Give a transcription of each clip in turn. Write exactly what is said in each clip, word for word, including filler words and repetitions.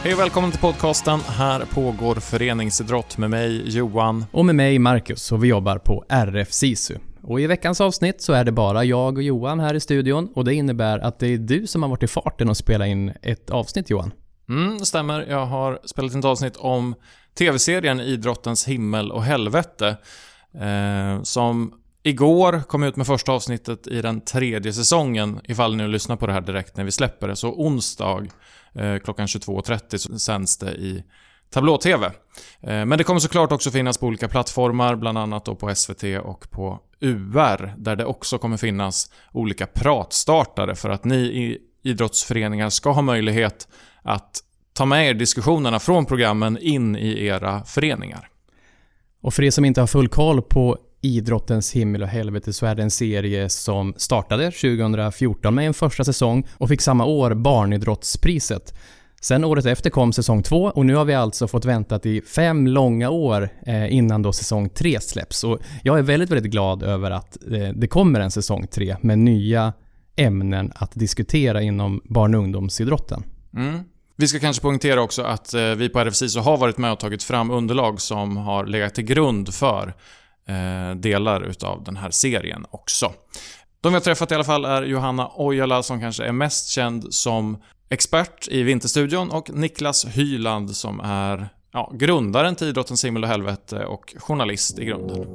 Hej och välkommen till podcasten. Här pågår föreningsidrott med mig, Johan. Och med mig, Marcus, och vi jobbar på R F SISU. Och i veckans avsnitt så är det bara jag och Johan här i studion. Och det innebär att det är du som har varit i farten och spelat in ett avsnitt, Johan. Mm, det stämmer. Jag har spelat in ett avsnitt om tv-serien Idrottens himmel och helvete. Eh, som igår kom ut med första avsnittet i den tredje säsongen. Ifall ni lyssnar på det här direkt när vi släpper det. Så onsdag eh, klockan tjugotvå trettio sänds det i tablå-tv. Eh, men det kommer såklart också finnas på olika plattformar. Bland annat då på S V T och på U R. Där det också kommer finnas olika pratstartare. För att ni i idrottsföreningar ska ha möjlighet att ta med er diskussionerna från programmen in i era föreningar. Och för er som inte har full koll på Idrottens himmel och helvete så är det en serie som startade tjugohundrafjorton med en första säsong och fick samma år barnidrottspriset. Sen året efter kom säsong två och nu har vi alltså fått vänta i fem långa år eh, innan då säsong tre släpps. Och jag är väldigt, väldigt glad över att eh, det kommer en säsong tre med nya ämnen att diskutera inom barn- och ungdomsidrotten. Mm. Vi ska kanske poängtera också att eh, vi på R F SISU har varit med och tagit fram underlag som har legat till grund för eh, delar utav den här serien också. De vi har träffat i alla fall är Johanna Ojala som kanske är mest känd som expert i Vinterstudion och Niklas Hyland som är ja, grundaren till Idrottens himmel och helvete och journalist i grunden.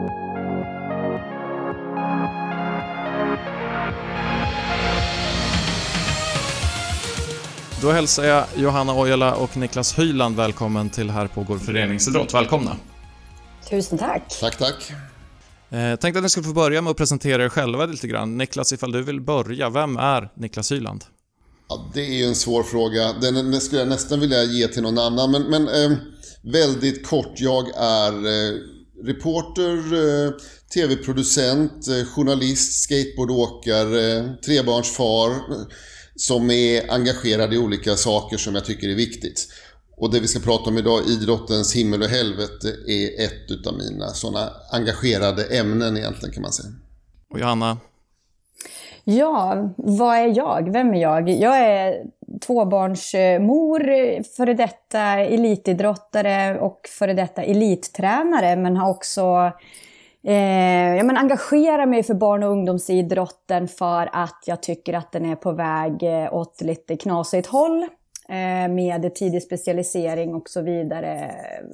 Då hälsar jag Johanna Ojala och Niklas Hyland välkommen till Här pågår föreningsidrott. Välkomna. Tusen tack. Tack, tack. Eh, tänkte att ni skulle få börja med att presentera er själva lite grann. Niklas, ifall du vill börja, vem är Niklas Hyland? Ja, det är ju en svår fråga. Den skulle jag nästan vilja ge till någon annan. Men, men eh, väldigt kort, jag är eh, reporter, eh, tv-producent, eh, journalist, skateboardåkare, eh, trebarnsfar eh, som är engagerad i olika saker som jag tycker är viktigt. Och det vi ska prata om idag, Idrottens himmel och helvete, är ett utav mina sådana engagerade ämnen egentligen kan man säga. Och Johanna? Ja, vad är jag? Vem är jag? Jag är tvåbarnsmor, före detta elitidrottare och före detta elittränare. Men har också eh, jag men, engagerar mig för barn- och ungdomsidrotten för att jag tycker att den är på väg åt lite knasigt håll. Med tidig specialisering och så vidare.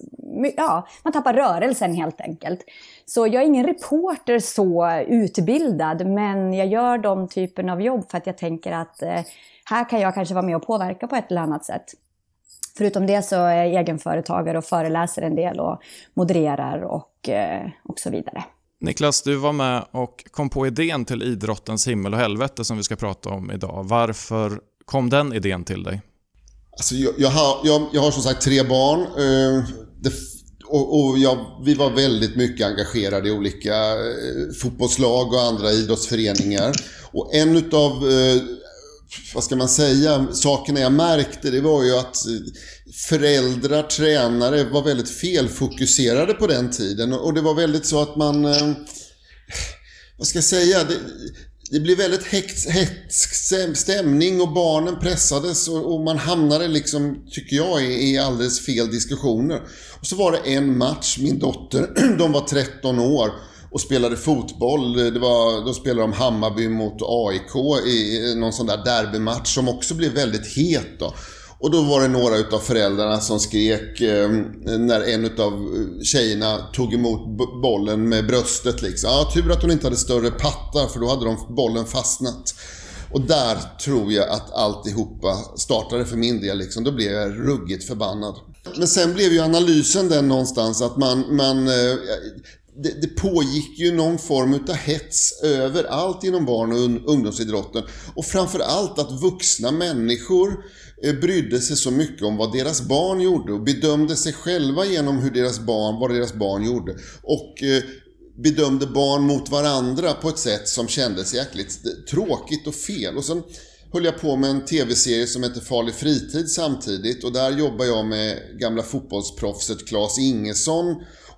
Ja, man tappar rörelsen helt enkelt. Så jag är ingen reporter så utbildad, men jag gör de typen av jobb för att jag tänker att här kan jag kanske vara med och påverka på ett eller annat sätt. Förutom det så är jag egenföretagare och föreläser en del och modererar och, och så vidare. Niklas, du var med och kom på idén till Idrottens himmel och helvete som vi ska prata om idag. Varför kom den idén till dig? Alltså jag, jag, har, jag, jag har som sagt tre barn eh, det, och, och jag, vi var väldigt mycket engagerade i olika eh, fotbollslag och andra idrottsföreningar. Och en utav, eh, vad ska man säga, sakerna jag märkte det var ju att föräldrar, tränare var väldigt felfokuserade på den tiden. Och det var väldigt så att man, eh, vad ska jag säga, det, Det blev väldigt hätsk stämning och barnen pressades och man hamnade liksom, tycker jag, i alldeles fel diskussioner. Och så var det en match, min dotter, de var tretton år och spelade fotboll. Det var, de spelade om Hammarby mot A I K i någon sån där derbymatch som också blev väldigt het då. Och då var det några utav föräldrarna som skrek eh, när en utav tjejerna tog emot bollen med bröstet liksom. Ja, tur att hon inte hade större pattar för då hade de bollen fastnat. Och där tror jag att alltihopa startade för min del liksom. Då blev jag ruggigt förbannad. Men sen blev ju analysen den någonstans att man... man eh, Det, det pågick ju någon form av hets överallt inom barn- och ungdomsidrotten. Och framförallt att vuxna människor eh, brydde sig så mycket om vad deras barn gjorde. Och bedömde sig själva genom hur deras barn, vad deras barn gjorde. Och eh, bedömde barn mot varandra på ett sätt som kändes jäkligt tråkigt och fel. Och sen höll jag på med en tv-serie som heter Farlig fritid samtidigt. Och där jobbar jag med gamla fotbollsproffset Claes Ingesson.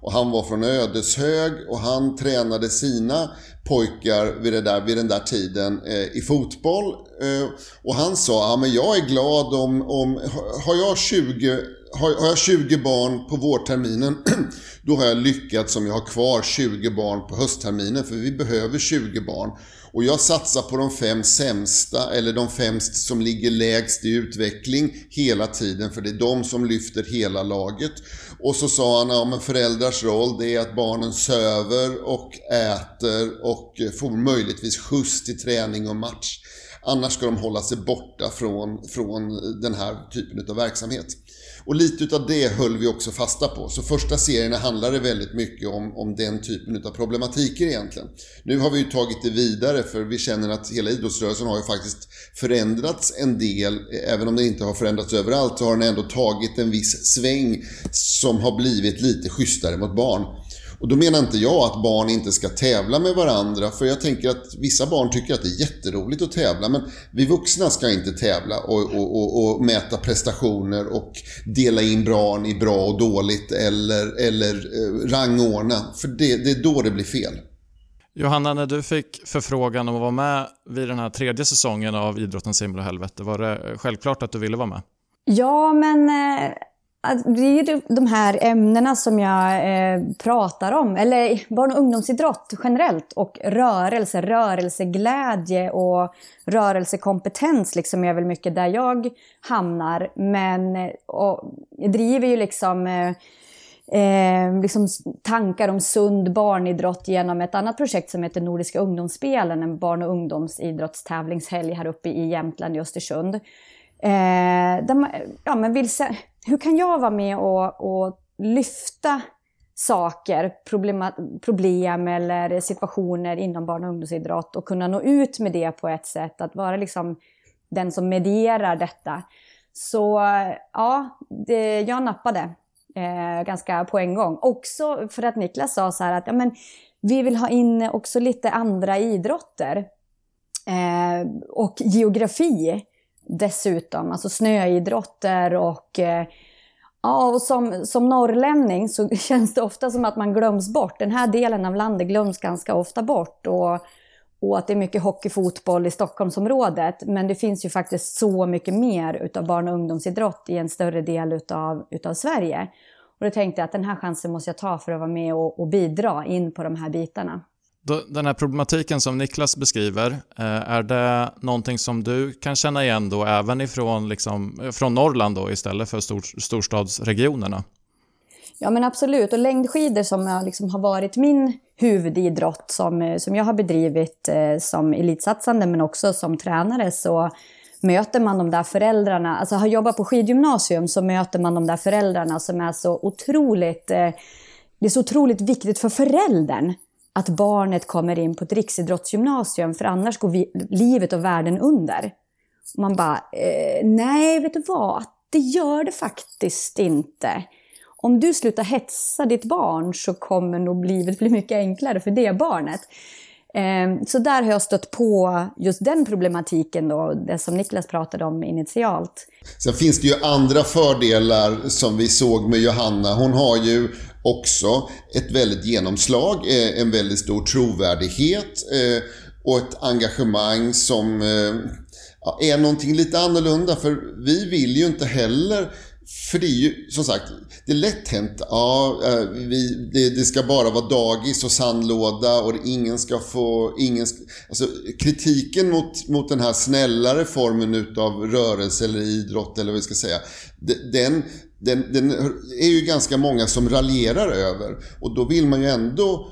Och han var från Ödeshög och han tränade sina pojkar vid, det där, vid den där tiden eh, i fotboll. Eh, och han sa, ja men jag är glad om, om har jag tjugo Har, har jag tjugo barn på vårterminen, då har jag lyckats om jag har kvar tjugo barn på höstterminen, för vi behöver tjugo barn. Och jag satsar på de fem sämsta, eller de fem som ligger lägst i utveckling hela tiden, för det är de som lyfter hela laget. Och så sa han, ja men föräldrars roll, det är att barnen söver och äter och får möjligtvis skjuts till träning och match. Annars ska de hålla sig borta från, från den här typen av verksamhet. Och lite utav det höll vi också fasta på. Så första serierna handlade väldigt mycket om, om den typen av problematiker egentligen. Nu har vi ju tagit det vidare, för vi känner att hela idrottsrörelsen har ju faktiskt förändrats en del. Även om det inte har förändrats överallt, så har den ändå tagit en viss sväng som har blivit lite schysstare mot barn. Och då menar inte jag att barn inte ska tävla med varandra, för jag tänker att vissa barn tycker att det är jätteroligt att tävla, men vi vuxna ska inte tävla och, och, och, och mäta prestationer och dela in barn i bra och dåligt eller, eller eh, rangordna, för det, det är då det blir fel. Johanna, när du fick förfrågan om att vara med vid den här tredje säsongen av Idrottens himmel och helvete, var det självklart att du ville vara med? Ja, men... Eh... Det är ju de här ämnena som jag eh, pratar om, eller barn- och ungdomsidrott generellt, och rörelse, rörelseglädje och rörelsekompetens liksom är väl mycket där jag hamnar. Men och, jag driver ju liksom, eh, liksom tankar om sund barnidrott genom ett annat projekt som heter Nordiska ungdomsspelen, en barn- och ungdomsidrottstävlingshelg här uppe i Jämtland i Östersund. Eh, där man, ja, men vill se, hur kan jag vara med och, och lyfta saker, problema, problem eller situationer inom barn- och ungdomsidrott och kunna nå ut med det på ett sätt, att vara liksom den som medierar detta. Så ja, det, jag nappade eh, ganska på en gång. Också för att Niklas sa så här att ja, men, vi vill ha in också lite andra idrotter eh, och geografi dessutom, alltså snöidrotter och eh, ja, och som, som norrlänning så känns det ofta som att man glöms bort. Den här delen av landet glöms ganska ofta bort, och, och att det är mycket hockey, fotboll i Stockholmsområdet, men det finns ju faktiskt så mycket mer utav barn- och ungdomsidrott i en större del utav, utav Sverige. Och då tänkte jag att den här chansen måste jag ta för att vara med och, och bidra in på de här bitarna. Den här problematiken som Niklas beskriver, är det någonting som du kan känna igen då även ifrån, liksom, från Norrland då, istället för stor, storstadsregionerna? Ja men absolut, och längdskidor som jag liksom har varit min huvudidrott som, som jag har bedrivit eh, som elitsatsande men också som tränare, så möter man de där föräldrarna, alltså har jobbat på skidgymnasium, så möter man de där föräldrarna som är så otroligt, eh, det är så otroligt viktigt för föräldern att barnet kommer in på ett riksidrottsgymnasium, för annars går vi, livet och världen under. Man bara, eh, nej vet du vad, det gör det faktiskt inte. Om du slutar hetsa ditt barn så kommer nog livet bli mycket enklare för det barnet. Eh, så där har jag stött på just den problematiken då, det som Niklas pratade om initialt. Sen finns det ju andra fördelar som vi såg med Johanna. Hon har ju också ett väldigt genomslag, en väldigt stor trovärdighet och ett engagemang som är någonting lite annorlunda, för vi vill ju inte heller, för det är ju som sagt, det är lätt hänt, ja, vi, det, det ska bara vara dagis och sandlåda och ingen ska få, ingen, alltså kritiken mot, mot den här snällare formen utav rörelse eller idrott eller vad vi ska säga, den, den, den är ju ganska många som raljerar över, och då vill man ju ändå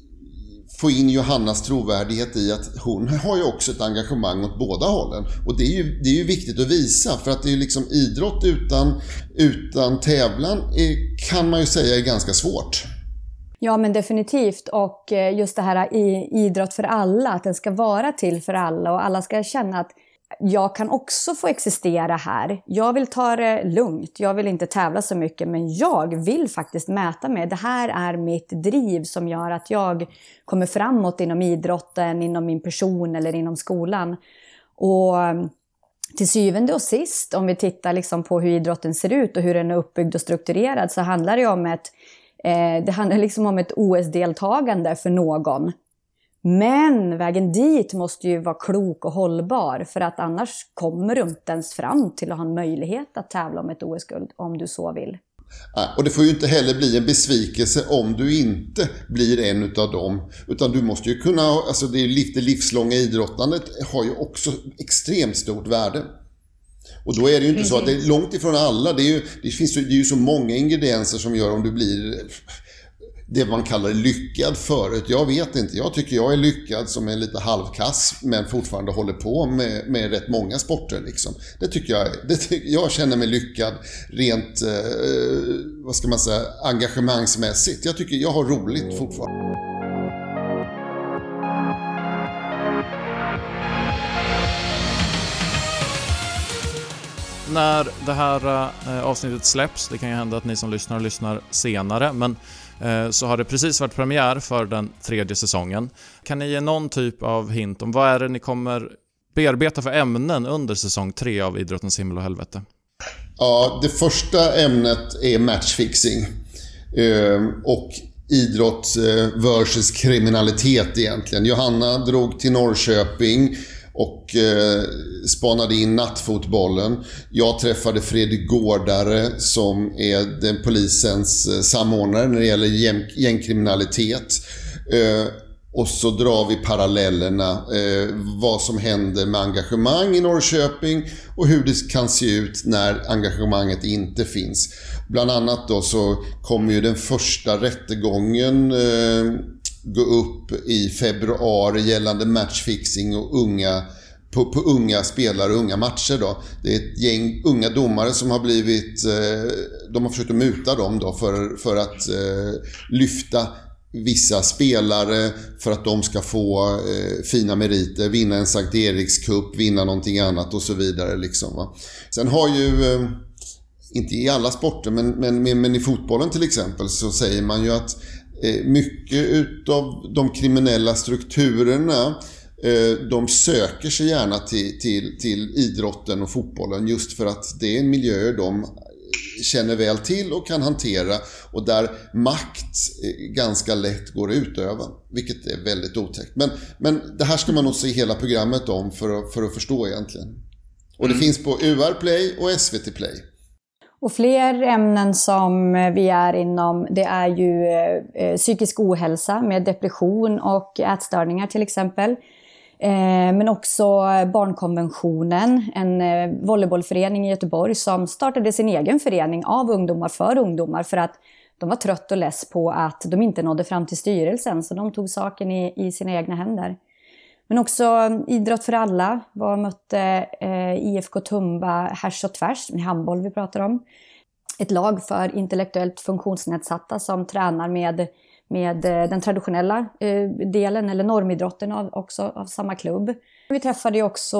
få in Johannas trovärdighet i att hon har ju också ett engagemang åt båda hållen. Och det är ju, det är ju viktigt att visa, för att det är ju liksom idrott utan, utan tävlan är, kan man ju säga är ganska svårt. Ja men definitivt, och just det här i idrott för alla, att den ska vara till för alla och alla ska känna att jag kan också få existera här. Jag vill ta det lugnt, jag vill inte tävla så mycket, men jag vill faktiskt mäta mig. Det här är mitt driv som gör att jag kommer framåt inom idrotten, inom min person eller inom skolan. Och till syvende och sist, om vi tittar liksom på hur idrotten ser ut och hur den är uppbyggd och strukturerad, så handlar det om ett Eh, det handlar liksom om ett O S-deltagande för någon. Men vägen dit måste ju vara klok och hållbar, för att annars kommer du inte ens fram till att ha en möjlighet att tävla om ett O S-guld om du så vill. Och det får ju inte heller bli en besvikelse om du inte blir en utav dem. Utan du måste ju kunna, alltså det, det livslånga idrottandet har ju också extremt stort värde. Och då är det ju inte mm. så att det är långt ifrån alla. Det, är ju, det finns ju, det är ju så många ingredienser som gör om du blir det man kallar lyckad förut. Jag vet inte, jag tycker jag är lyckad som är lite halvkass men fortfarande håller på med, med rätt många sporter liksom. Det tycker jag, det, jag känner mig lyckad rent, eh, vad ska man säga, engagemangsmässigt. Jag tycker jag har roligt fortfarande. När det här eh, avsnittet släpps, det kan ju hända att ni som lyssnar lyssnar senare, men eh, så har det precis varit premiär för den tredje säsongen. Kan ni ge någon typ av hint om vad är det ni kommer bearbeta för ämnen under säsong tre av Idrottens himmel och helvete? Ja, det första ämnet är matchfixing eh, och idrott versus kriminalitet egentligen. Johanna drog till Norrköping och eh, spanade in nattfotbollen. Jag träffade Fredrik Gårdare som är den polisens eh, samordnare när det gäller gäng, gängkriminalitet. Eh, och så drar vi parallellerna, eh, vad som händer med engagemang i Norrköping och hur det kan se ut när engagemanget inte finns. Bland annat då så kommer ju den första rättegången eh, gå upp i februari gällande matchfixing och unga, på, på unga spelare och unga matcher då. Det är ett gäng unga domare som har blivit, eh, de har försökt att muta dem då för, för att eh, lyfta vissa spelare för att de ska få eh, fina meriter, vinna en Sankt Eriks cup, vinna någonting annat och så vidare liksom, va. Sen har ju eh, inte i alla sporter men, men, men i fotbollen till exempel så säger man ju att mycket utav de kriminella strukturerna de söker sig gärna till, till, till idrotten och fotbollen just för att det är en miljö de känner väl till och kan hantera och där makt ganska lätt går ut över, vilket är väldigt otäckt. Men, men det här ska man nog se hela programmet om för att, för att förstå egentligen. Och det mm. finns på U R Play och S V T Play. Och fler ämnen som vi är inom, det är ju eh, psykisk ohälsa med depression och ätstörningar till exempel. Eh, men också Barnkonventionen, en eh, volleybollförening i Göteborg som startade sin egen förening av ungdomar för ungdomar för att de var trött och less på att de inte nådde fram till styrelsen, så de tog saken i, i sina egna händer. Men också idrott för alla, var mötte eh, I F K Tumba härs och tvärs, med handboll vi pratar om. Ett lag för intellektuellt funktionsnedsatta som tränar med, med den traditionella eh, delen, eller normidrotten av, också av samma klubb. Vi träffade ju också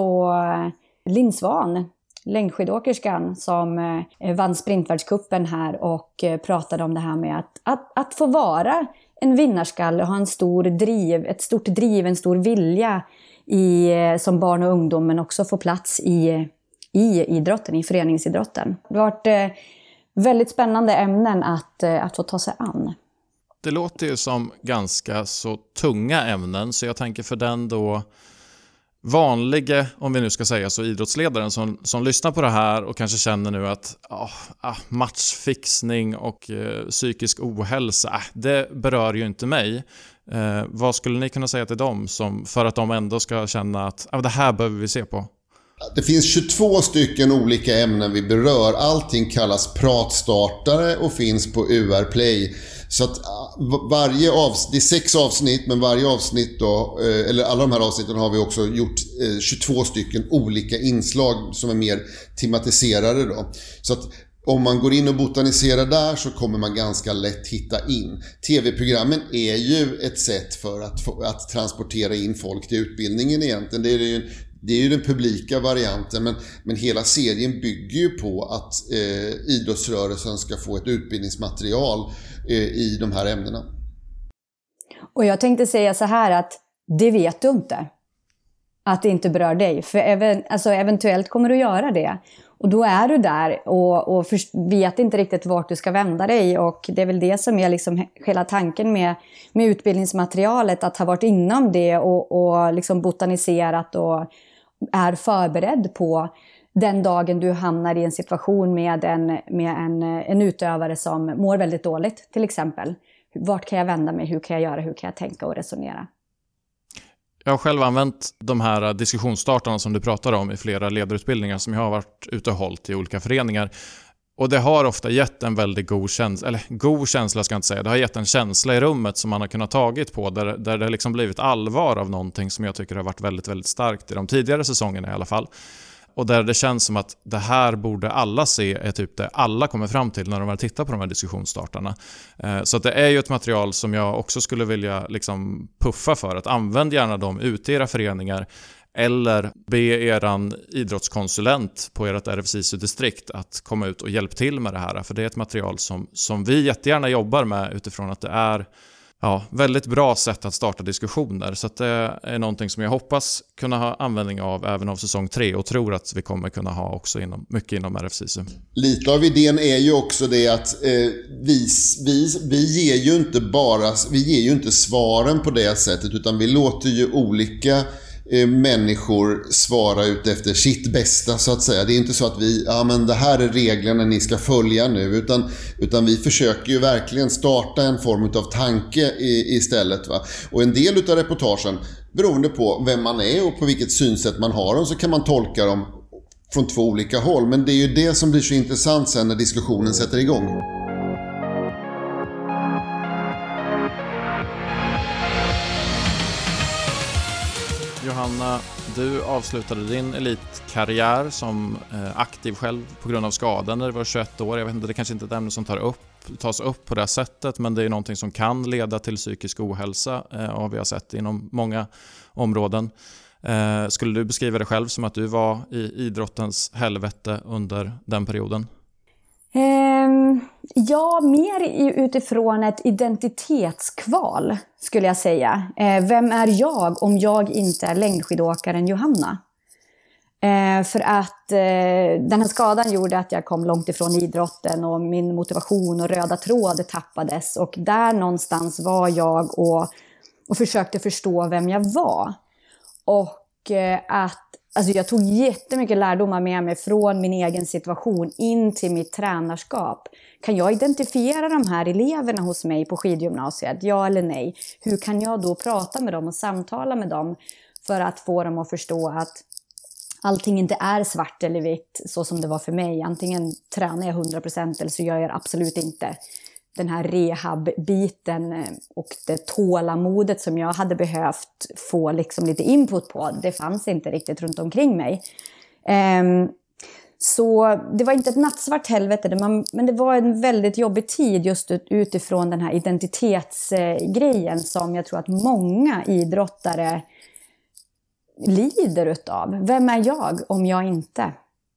eh, Linn Svan, längdskidåkerskan som eh, vann sprintvärldscupen här och eh, pratade om det här med att, att, att få vara en vinnarskalle och ha en stor driv, ett stort driv, en stor vilja i, som barn och ungdom, men också få plats i, i idrotten, i föreningsidrotten. Det har varit eh, väldigt spännande ämnen att, eh, att få ta sig an. Det låter ju som ganska så tunga ämnen, så jag tänker för den då vanliga, om vi nu ska säga så, idrottsledaren som, som lyssnar på det här och kanske känner nu att ah, ah, matchfixning och eh, psykisk ohälsa, ah, det berör ju inte mig. Eh, vad skulle ni kunna säga till dem som, för att de ändå ska känna att ah, det här behöver vi se på? Det finns tjugotvå stycken olika ämnen vi berör. Allting kallas pratstartare och finns på U R Play. Så att varje avsnitt, det är sex avsnitt, men varje avsnitt då, eller alla de här avsnitten har vi också gjort tjugotvå stycken olika inslag som är mer tematiserade då. Så att om man går in och botaniserar där så kommer man ganska lätt hitta in. T V-programmen är ju ett sätt för att, att transportera in folk till utbildningen egentligen. Det är ju Det är ju den publika varianten, men, men hela serien bygger ju på att eh, idrottsrörelsen ska få ett utbildningsmaterial eh, i de här ämnena. Och jag tänkte säga så här att det vet du inte. Att det inte berör dig. För even, alltså, eventuellt kommer du göra det. Och då är du där och, och för, vet inte riktigt vart du ska vända dig. Och det är väl det som är liksom hela tanken med, med utbildningsmaterialet. Att ha varit inom det och, och liksom botaniserat och är förberedd på den dagen du hamnar i en situation med en, med en, en utövare som mår väldigt dåligt till exempel. Vart kan jag vända mig? Hur kan jag göra? Hur kan jag tänka och resonera? Jag har själv använt de här diskussionsstartarna som du pratar om i flera ledarutbildningar som jag har varit ute och hållit i olika föreningar. Och det har ofta gett en väldigt god känsla, eller god känsla ska jag inte säga, det har gett en känsla i rummet som man har kunnat tagit på där, där det har liksom blivit allvar av någonting som jag tycker har varit väldigt, väldigt starkt i de tidigare säsongerna i alla fall. Och där det känns som att det här borde alla se är typ det alla kommer fram till när de väl tittar på de här diskussionsstartarna. Så att det är ju ett material som jag också skulle vilja liksom puffa för. Att använd gärna dem ute i era föreningar eller be eran idrottskonsulent på ert R F S I S U-distrikt att komma ut och hjälpa till med det här. För det är ett material som, som vi jättegärna jobbar med utifrån att det är ja, väldigt bra sätt att starta diskussioner. Så att det är någonting som jag hoppas kunna ha användning av även av säsong tre och tror att vi kommer kunna ha också inom, mycket inom R F S I S U. Lite av idén är ju också det att eh, vi, vi, vi ger ju inte bara vi ger ju inte svaren på det sättet, utan vi låter ju olika eh, människor svara ut efter sitt bästa så att säga. Det är inte så att vi, ja men det här är reglerna ni ska följa nu, utan, utan vi försöker ju verkligen starta en form av tanke i, istället va. Och en del utav reportagen, beroende på vem man är och på vilket synsätt man har dem, så kan man tolka dem från två olika håll. Men det är ju det som blir så intressant sen när diskussionen sätter igång. Johanna, du avslutade din elitkarriär som eh, aktiv själv på grund av skadan när du var tjugoett år. Jag vet inte, det kanske inte är ett ämne som tar upp, tas upp på det sättet, men det är någonting som kan leda till psykisk ohälsa eh, och vi har sett inom många områden. Eh, skulle du beskriva det själv som att du var i idrottens helvete under den perioden? Um, ja, mer utifrån ett identitetskval skulle jag säga. Uh, vem är jag om jag inte är längdskidåkaren Johanna? Uh, för att uh, den här skadan gjorde att jag kom långt ifrån idrotten och min motivation och röda tråd tappades. Och där någonstans var jag och, och försökte förstå vem jag var. Och uh, att Alltså jag tog jättemycket lärdomar med mig från min egen situation in till mitt tränarskap. Kan jag identifiera de här eleverna hos mig på skidgymnasiet? Ja eller nej? Hur kan jag då prata med dem och samtala med dem för att få dem att förstå att allting inte är svart eller vitt så som det var för mig. Antingen tränar jag hundra procent eller så gör jag absolut inte. Den här rehab-biten och det tålamodet som jag hade behövt få liksom lite input på, det fanns inte riktigt runt omkring mig. Um, så det var inte ett nattsvart helvete, men det var en väldigt jobbig tid just utifrån den här identitetsgrejen som jag tror att många idrottare lider utav. Vem är jag om jag inte?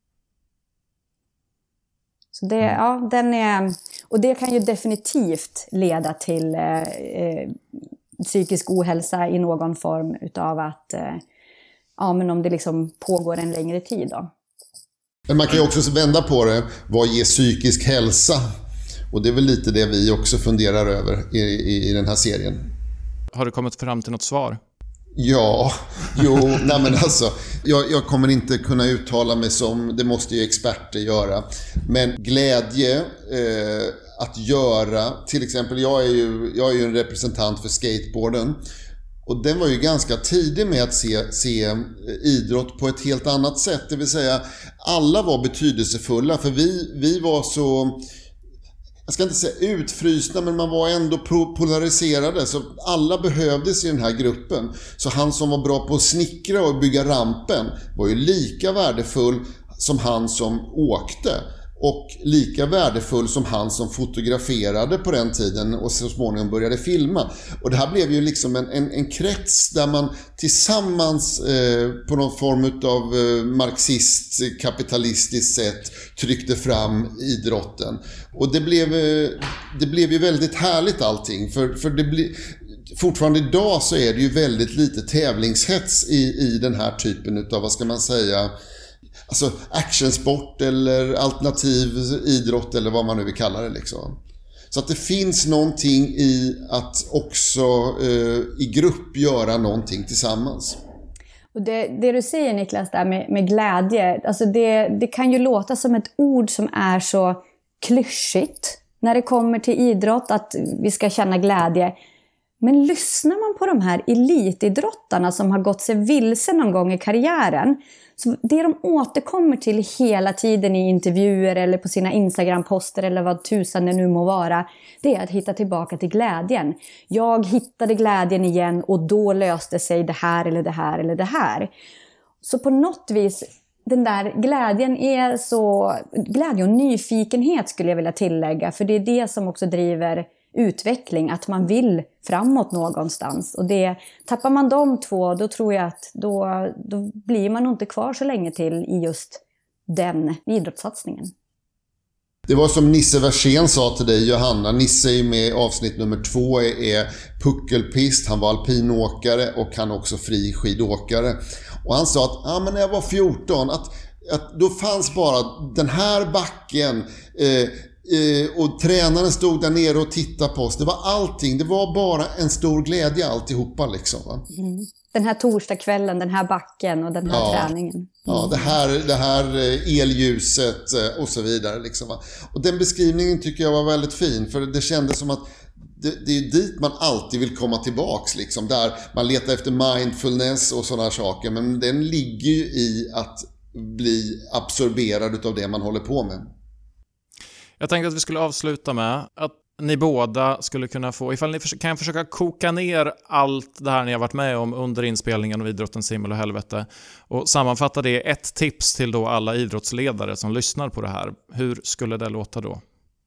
Så det, ja, den är, och det kan ju definitivt leda till eh, psykisk ohälsa i någon form utav att eh, ja, men om det liksom pågår en längre tid då. Men man kan ju också vända på det. Vad ger psykisk hälsa? Och det är väl lite det vi också funderar över i, i, i den här serien. Har du kommit fram till något svar? Ja, jo, nej men alltså jag, jag kommer inte kunna uttala mig som, det måste ju experter göra. Men glädje eh, att göra, till exempel jag är, ju, jag är ju en representant för skateboarden. Och den var ju ganska tidig med att se, se idrott på ett helt annat sätt. Det vill säga, alla var betydelsefulla för vi, vi var så... Jag ska inte säga utfrysna, men man var ändå polariserade. Så alla behövdes i den här gruppen. Så han som var bra på att snickra och bygga rampen var ju lika värdefull som han som åkte. Och lika värdefull som han som fotograferade på den tiden och så småningom började filma. Och det här blev ju liksom en, en, en krets där man tillsammans eh, på någon form av eh, marxist-kapitalistiskt sätt tryckte fram idrotten. Och det blev, eh, det blev ju väldigt härligt allting. För, för det blir... Fortfarande idag så är det ju väldigt lite tävlingshets i, i den här typen av, vad ska man säga, alltså actionsport eller alternativ idrott eller vad man nu vill kalla det liksom. Så att det finns någonting i att också eh, i grupp göra någonting tillsammans. Och det, det du säger Niklas där med, med glädje, alltså det, det kan ju låta som ett ord som är så klyschigt när det kommer till idrott, att vi ska känna glädje. Men lyssnar man på de här elitidrottarna som har gått sig vilse någon gång i karriären, så det de återkommer till hela tiden i intervjuer eller på sina Instagram-poster eller vad tusan det nu må vara, det är att hitta tillbaka till glädjen. Jag hittade glädjen igen och då löste sig det här eller det här eller det här. Så på något vis, den där glädjen är så... Glädje och nyfikenhet skulle jag vilja tillägga, för det är det som också driver utveckling, att man vill framåt någonstans. Och det, tappar man de två, då tror jag att då, då blir man nog inte kvar så länge till i just den idrottssatsningen. Det var som Nisse Versén sa till dig, Johanna. Nisse är med i avsnitt nummer två, är puckelpist, han var alpinåkare och han också fri skidåkare. Och han sa att ah, men när jag var fjorton, att, att då fanns bara den här backen eh, och tränaren stod där nere och tittade på oss. Det var allting, det var bara en stor glädje alltihopa liksom, va? Mm. Den här torsdagskvällen, den här backen och den här ja. träningen. Mm. Ja, det här, det här elljuset och så vidare liksom, va? Och den beskrivningen tycker jag var väldigt fin, för det kändes som att det, det är dit man alltid vill komma tillbaks liksom, där man letar efter mindfulness och sådana saker, men den ligger ju i att bli absorberad av det man håller på med. Jag tänkte att vi skulle avsluta med att ni båda skulle kunna få, ifall ni kan försöka koka ner allt det här ni har varit med om under inspelningen av Idrottens himmel och helvete och sammanfatta det i ett tips till då alla idrottsledare som lyssnar på det här. Hur skulle det låta då?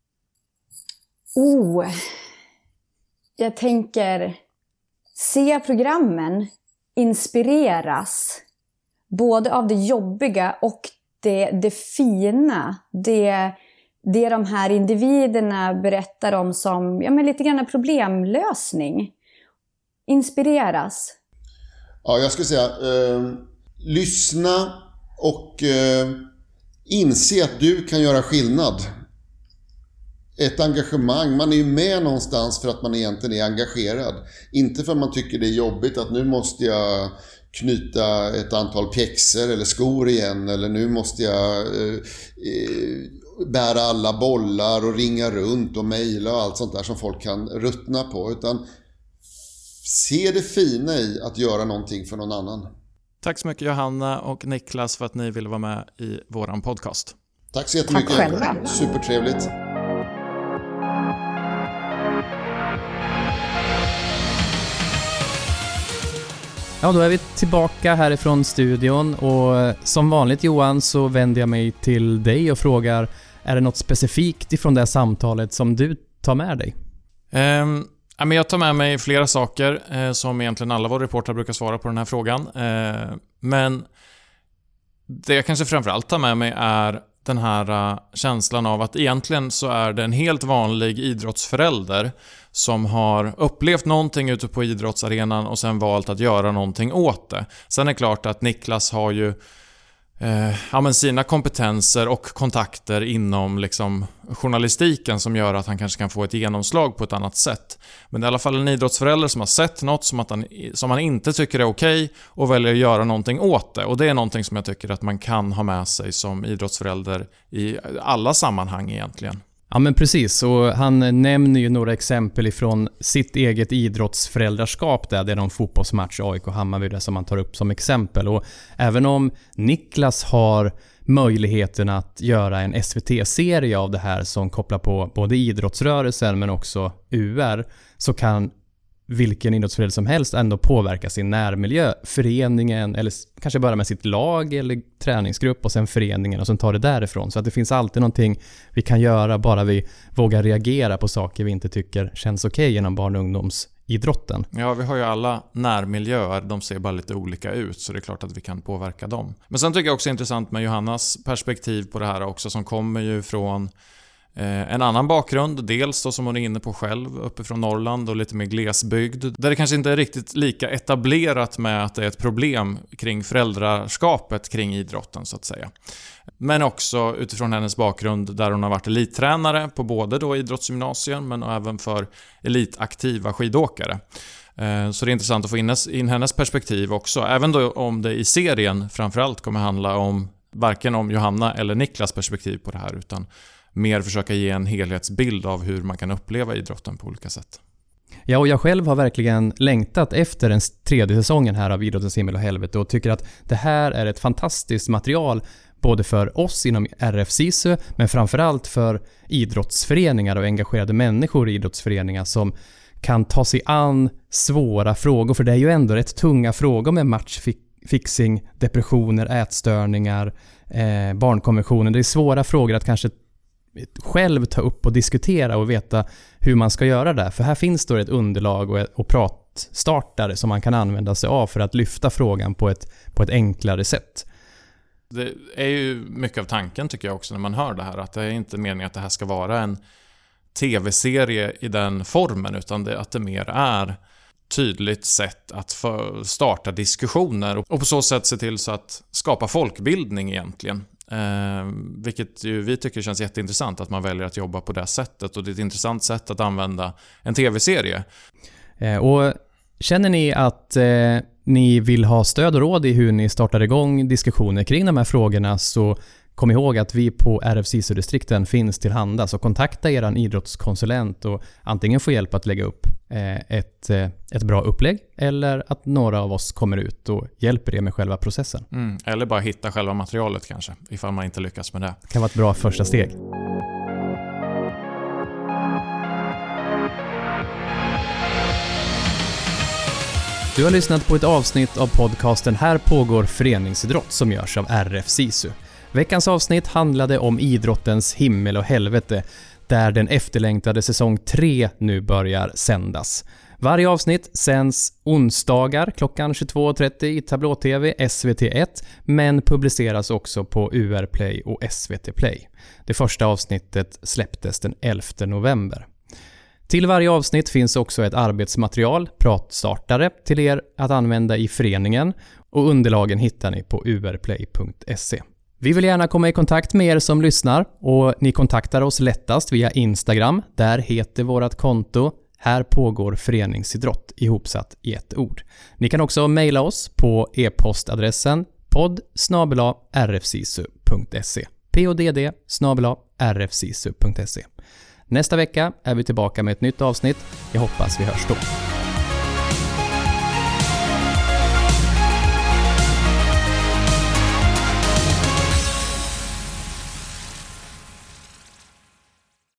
Oh, jag tänker se programmen, inspireras både av det jobbiga och det, det fina, det Det de här individerna berättar om som ja, men lite grann problemlösning. Inspireras. Ja, jag skulle säga eh, lyssna och eh, inse att du kan göra skillnad. Ett engagemang, man är ju med någonstans för att man egentligen är engagerad. Inte för att man tycker det är jobbigt att nu måste jag knyta ett antal pjäxor eller skor igen, eller nu måste jag eh, eh, bära alla bollar och ringa runt och mejla och allt sånt där som folk kan ruttna på, utan se det fina i att göra någonting för någon annan. Tack så mycket Johanna och Niklas för att ni ville vara med i våran podcast. Tack så jättemycket. Tack själva. Supertrevligt. Ja, då är vi tillbaka härifrån studion och som vanligt Johan så vänder jag mig till dig och frågar, är det något specifikt ifrån det här samtalet som du tar med dig? Um, ja, men jag tar med mig flera saker eh, som egentligen alla våra reportrar brukar svara på den här frågan. Eh, men det jag kanske framförallt tar med mig är den här uh, känslan av att egentligen så är det en helt vanlig idrottsförälder som har upplevt någonting ute på idrottsarenan och sen valt att göra någonting åt det. Sen är det klart att Niklas har ju eh, ja, men sina kompetenser och kontakter inom liksom, journalistiken som gör att han kanske kan få ett genomslag på ett annat sätt. Men det är i alla fall en idrottsförälder som har sett något som, att han, som han inte tycker är okej och väljer att göra någonting åt det. Och det är någonting som jag tycker att man kan ha med sig som idrottsförälder i alla sammanhang egentligen. Ja men precis, och han nämner ju några exempel ifrån sitt eget idrottsföräldraskap där det är någon fotbollsmatch A I K-Hammarby som han tar upp som exempel. Och även om Niklas har möjligheten att göra en S V T-serie av det här som kopplar på både idrottsrörelsen men också U R, så kan vilken idrottsförälder som helst ändå påverka sin närmiljö, föreningen eller kanske bara med sitt lag eller träningsgrupp och sen föreningen och sen tar det därifrån. Så att det finns alltid någonting vi kan göra bara vi vågar reagera på saker vi inte tycker känns okej genom barn- och ungdomsidrotten. Ja, vi har ju alla närmiljöer, de ser bara lite olika ut så det är klart att vi kan påverka dem. Men sen tycker jag också det är intressant med Johannas perspektiv på det här också som kommer ju från En annan bakgrund, dels då som hon är inne på själv, uppifrån Norrland och lite mer glesbygd, där det kanske inte är riktigt lika etablerat med att det är ett problem kring föräldraskapet kring idrotten så att säga. Men också utifrån hennes bakgrund där hon har varit elittränare på både då idrottsgymnasier men även för elitaktiva skidåkare. Så det är intressant att få in, in hennes perspektiv också, även då om det i serien framförallt kommer handla om varken om Johanna eller Niklas perspektiv på det här, utan mer försöka ge en helhetsbild av hur man kan uppleva idrotten på olika sätt. Ja, och jag själv har verkligen längtat efter den tredje säsongen här av Idrottens himmel och helvete och tycker att det här är ett fantastiskt material både för oss inom R F SISU men framförallt för idrottsföreningar och engagerade människor i idrottsföreningar som kan ta sig an svåra frågor, för det är ju ändå rätt tunga frågor med matchfixing, depressioner, ätstörningar, eh, barnkonventionen. Det är svåra frågor att kanske själv ta upp och diskutera och veta hur man ska göra det. För här finns då ett underlag och, och pratstartare som man kan använda sig av för att lyfta frågan på ett, på ett enklare sätt. Det är ju mycket av tanken tycker jag också när man hör det här, att det är inte meningen att det här ska vara en tv-serie i den formen, utan det, att det mer är tydligt sätt att för, starta diskussioner och på så sätt se till så att skapa folkbildning egentligen. Eh, vilket ju vi tycker känns jätteintressant att man väljer att jobba på det sättet, och det är ett intressant sätt att använda en tv-serie. Eh, och känner ni att eh, ni vill ha stöd och råd i hur ni startar igång diskussioner kring de här frågorna, så kom ihåg att vi på R F SISU-distrikten finns till handa, så kontakta er idrottskonsulent och antingen få hjälp att lägga upp ett, ett bra upplägg eller att några av oss kommer ut och hjälper er med själva processen. Mm, eller bara hitta själva materialet kanske, ifall man inte lyckas med det. Det kan vara ett bra första steg. Du har lyssnat på ett avsnitt av podcasten Här pågår föreningsidrott som görs av R F SISU. Veckans avsnitt handlade om idrottens himmel och helvete, där den efterlängtade säsong tre nu börjar sändas. Varje avsnitt sänds onsdagar klockan tjugotvå trettio i Tablå-T V S V T ett, men publiceras också på U R Play och S V T Play. Det första avsnittet släpptes den elfte november. Till varje avsnitt finns också ett arbetsmaterial, pratstartare, till er att använda i föreningen, och underlagen hittar ni på u r play punkt se. Vi vill gärna komma i kontakt med er som lyssnar, och ni kontaktar oss lättast via Instagram. Där heter vårat konto Här pågår föreningsidrott ihopsatt i ett ord. Ni kan också mejla oss på e-postadressen podd snabel-a r f sisu punkt se. podd snabel-a r f sisu punkt se. Nästa vecka är vi tillbaka med ett nytt avsnitt. Jag hoppas vi hörs då.